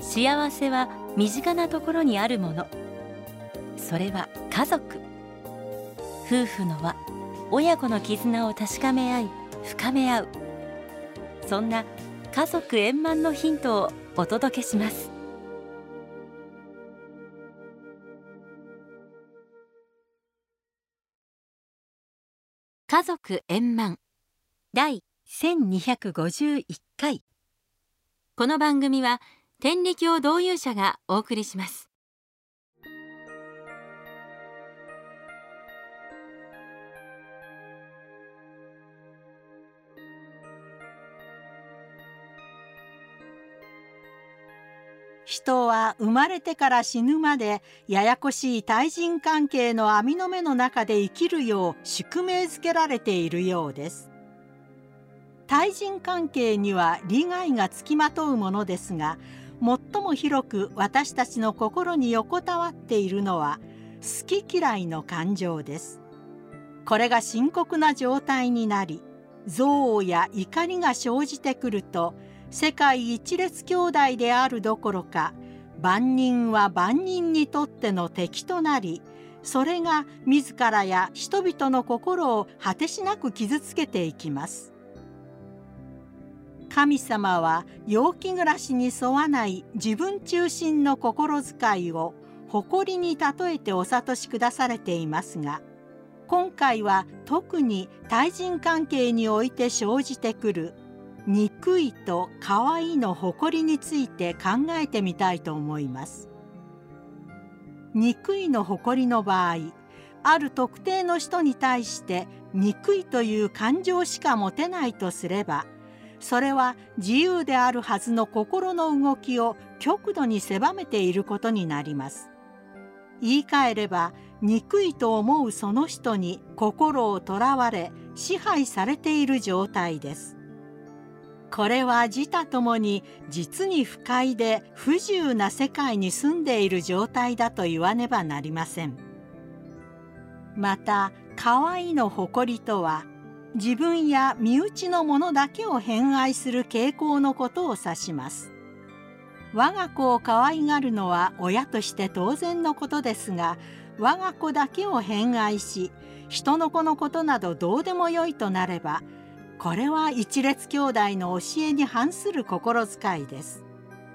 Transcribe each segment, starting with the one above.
幸せは身近なところにあるもの。それは家族。夫婦の輪、親子の絆を確かめ合い、深め合う。そんな家族円満のヒントをお届けします。家族円満第1251回。この番組は天理教導遊者がお送りします。 人は生まれてから死ぬまでややこしい対人関係の網の目の中で生きるよう宿命づけられているようです。対人関係には利害がつきまとうものですが、最も広く私たちの心に横たわっているのは好き嫌いの感情です。これが深刻な状態になり、憎悪や怒りが生じてくると、世界一列兄弟であるどころか、万人は万人にとっての敵となり、それが自らや人々の心を果てしなく傷つけていきます。神様は陽気暮らしに沿わない自分中心の心遣いを誇りに例えてお諭しくだされていますが、今回は特に対人関係において生じてくる憎いと可愛いの誇りについて考えてみたいと思います。憎いの誇りの場合、ある特定の人に対して憎いという感情しか持てないとすれば、それは自由であるはずの心の動きを極度に狭めていることになります。言い換えれば、憎いと思うその人に心をとらわれ支配されている状態です。これは自他ともに実に不快で不自由な世界に住んでいる状態だと言わねばなりません。また、可愛いの誇りとは、自分や身内のものだけを偏愛する傾向のことを指します。我が子を可愛がるのは親として当然のことですが、我が子だけを偏愛し、人の子のことなどどうでもよいとなれば、これは一列兄弟の教えに反する心遣いです。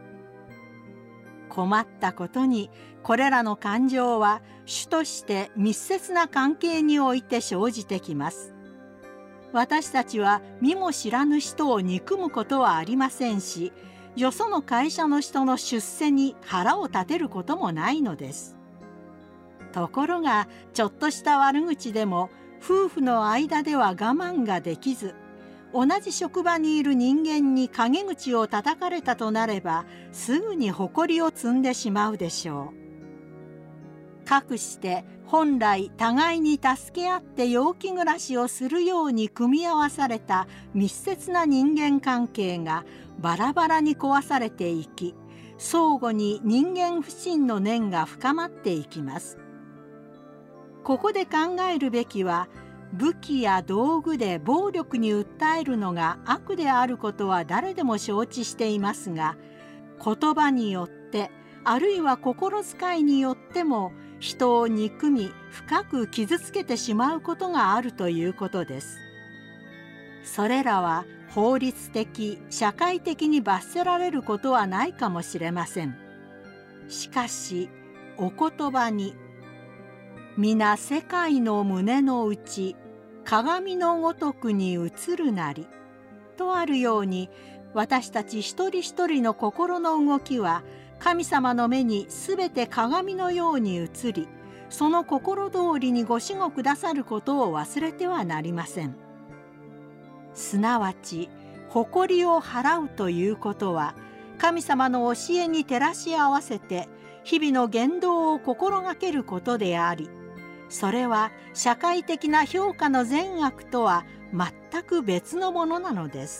困ったことに、これらの感情は主として密接な関係において生じてきます。私たちは見も知らぬ人を憎むことはありませんし、よその会社の人の出世に腹を立てることもないのです。ところが、ちょっとした悪口でも夫婦の間では我慢ができず、同じ職場にいる人間に陰口を叩かれたとなれば、すぐに誇りを積んでしまうでしょう。かくして本来互いに助け合って陽気暮らしをするように組み合わされた密接な人間関係がバラバラに壊されていき、相互に人間不信の念が深まっていきます。ここで考えるべきは、武器や道具で暴力に訴えるのが悪であることは誰でも承知していますが、言葉によってあるいは心遣いによっても人を憎み深く傷つけてしまうことがあるということです。それらは法律的社会的に罰せられることはないかもしれません。しかしお言葉に、皆世界の胸の内、鏡のごとくに映るなりとあるように、私たち一人一人の心の動きは神様の目にすべて鏡のように映り、その心通りにご指護くださることを忘れてはなりません。すなわち誇りを払うということは、神様の教えに照らし合わせて日々の言動を心がけることであり、それは社会的な評価の善悪とは全く別のものなのです。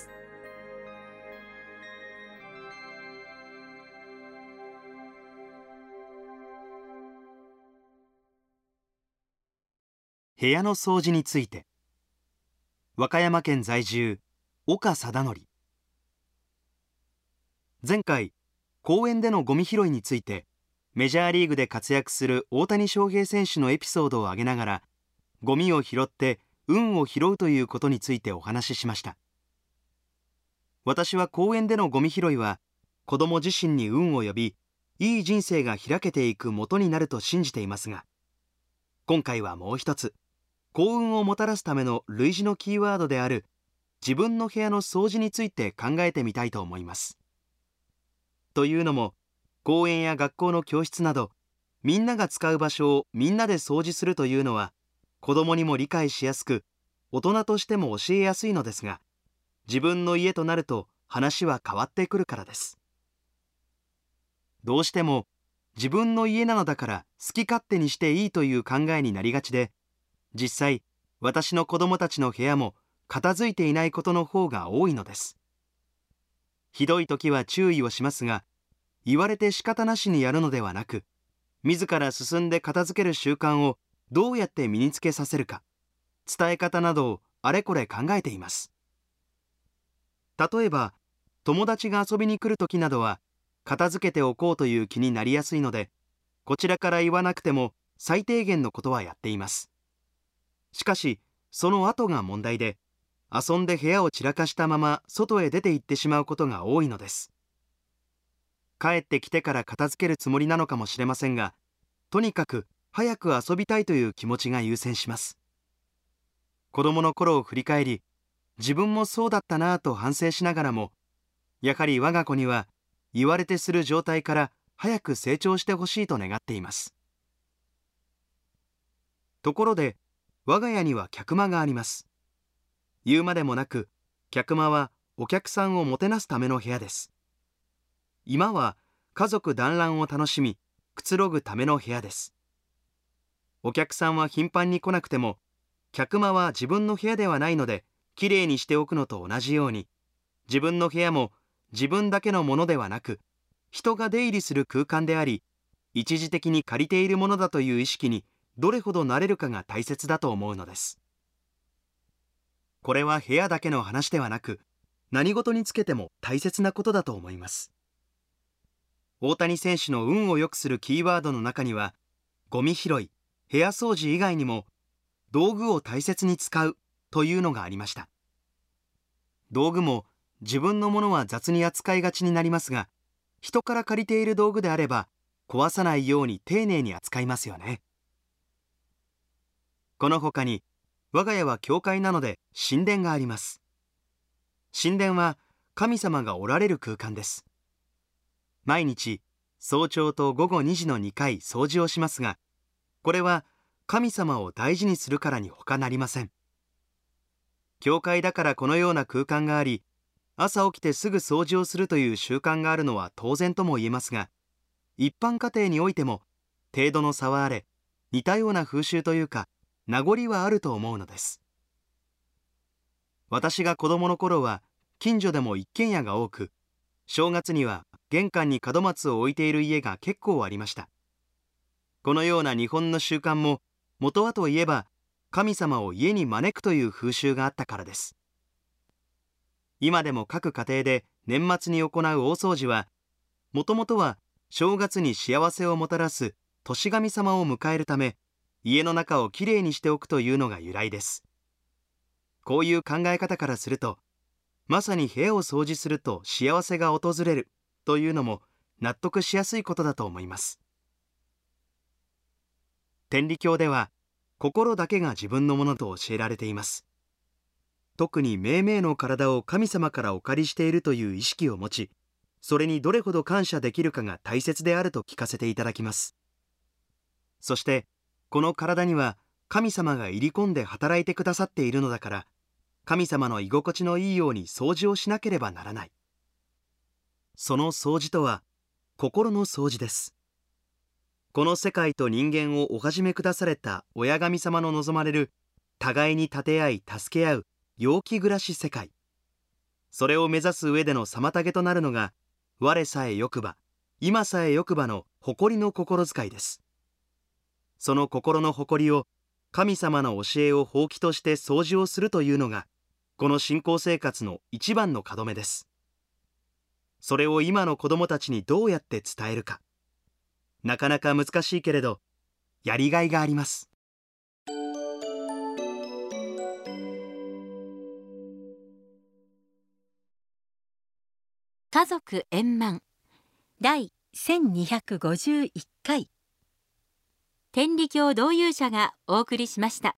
部屋の掃除について。和歌山県在住岡貞則。前回公園でのゴミ拾いについて、メジャーリーグで活躍する大谷翔平選手のエピソードを挙げながら、ゴミを拾って運を拾うということについてお話ししました。私は公園でのゴミ拾いは、子供自身に運を呼び、いい人生が開けていく元になると信じていますが、今回はもう一つ、幸運をもたらすための類似のキーワードである自分の部屋の掃除について考えてみたいと思います。というのも、公園や学校の教室など、みんなが使う場所をみんなで掃除するというのは、子供にも理解しやすく、大人としても教えやすいのですが、自分の家となると話は変わってくるからです。どうしても自分の家なのだから好き勝手にしていいという考えになりがちで、実際私の子供たちの部屋も片付いていないことの方が多いのです。ひどい時は注意をしますが、言われて仕方なしにやるのではなく、自ら進んで片付ける習慣をどうやって身につけさせるか、伝え方などをあれこれ考えています。例えば、友達が遊びに来る時などは、片付けておこうという気になりやすいので、こちらから言わなくても最低限のことはやっています。しかし、その後が問題で、遊んで部屋を散らかしたまま外へ出て行ってしまうことが多いのです。帰ってきてから片付けるつもりなのかもしれませんが、とにかく早く遊びたいという気持ちが優先します。子供の頃を振り返り、自分もそうだったなぁと反省しながらも、やはり我が子には言われてする状態から早く成長してほしいと願っています。ところで、我が家には客間があります。言うまでもなく、客間はお客さんをもてなすための部屋です。居間は家族団らんを楽しみ、くつろぐための部屋です。お客さんは頻繁に来なくても、客間は自分の部屋ではないので、きれいにしておくのと同じように、自分の部屋も自分だけのものではなく、人が出入りする空間であり、一時的に借りているものだという意識にどれほどなれるかが大切だと思うのです。これは部屋だけの話ではなく、何事につけても大切なことだと思います。大谷選手の運を良くするキーワードの中には、ゴミ拾い、部屋掃除以外にも、道具を大切に使うというのがありました。道具も自分のものは雑に扱いがちになりますが、人から借りている道具であれば壊さないように丁寧に扱いますよね。この他に、我が家は教会なので神殿があります。神殿は神様がおられる空間です。毎日早朝と午後2時の2回掃除をしますが、これは神様を大事にするからに他なりません。教会だからこのような空間があり、朝起きてすぐ掃除をするという習慣があるのは当然とも言えますが、一般家庭においても程度の差はあれ、似たような風習というか名残はあると思うのです。私が子供の頃は近所でも一軒家が多く、正月には玄関に門松を置いている家が結構ありました。このような日本の習慣も元はといえば、神様を家に招くという風習があったからです。今でも各家庭で年末に行う大掃除は、もともとは正月に幸せをもたらす年神様を迎えるため、家の中をきれいにしておくというのが由来です。こういう考え方からすると、まさに部屋を掃除すると幸せが訪れるというのも納得しやすいことだと思います。天理教では、心だけが自分のものと教えられています。特にめいめいの体を神様からお借りしているという意識を持ち、それにどれほど感謝できるかが大切であると聞かせていただきます。そして、この体には神様が入り込んで働いてくださっているのだから、神様の居心地のいいように掃除をしなければならない。その掃除とは、心の掃除です。この世界と人間をお始めくだされた親神様の望まれる、互いに立て合い助け合う陽気暮らし世界。それを目指す上での妨げとなるのが、我さえよくば、今さえよくばの誇りの心遣いです。その心の誇りを、神様の教えをほうきとして掃除をするというのが、この信仰生活の一番の門目です。 それを今の子どもたちにどうやって伝えるか、なかなか難しいけれどやりがいがあります。 家族円満第1251回、天理教導遊者がお送りしました。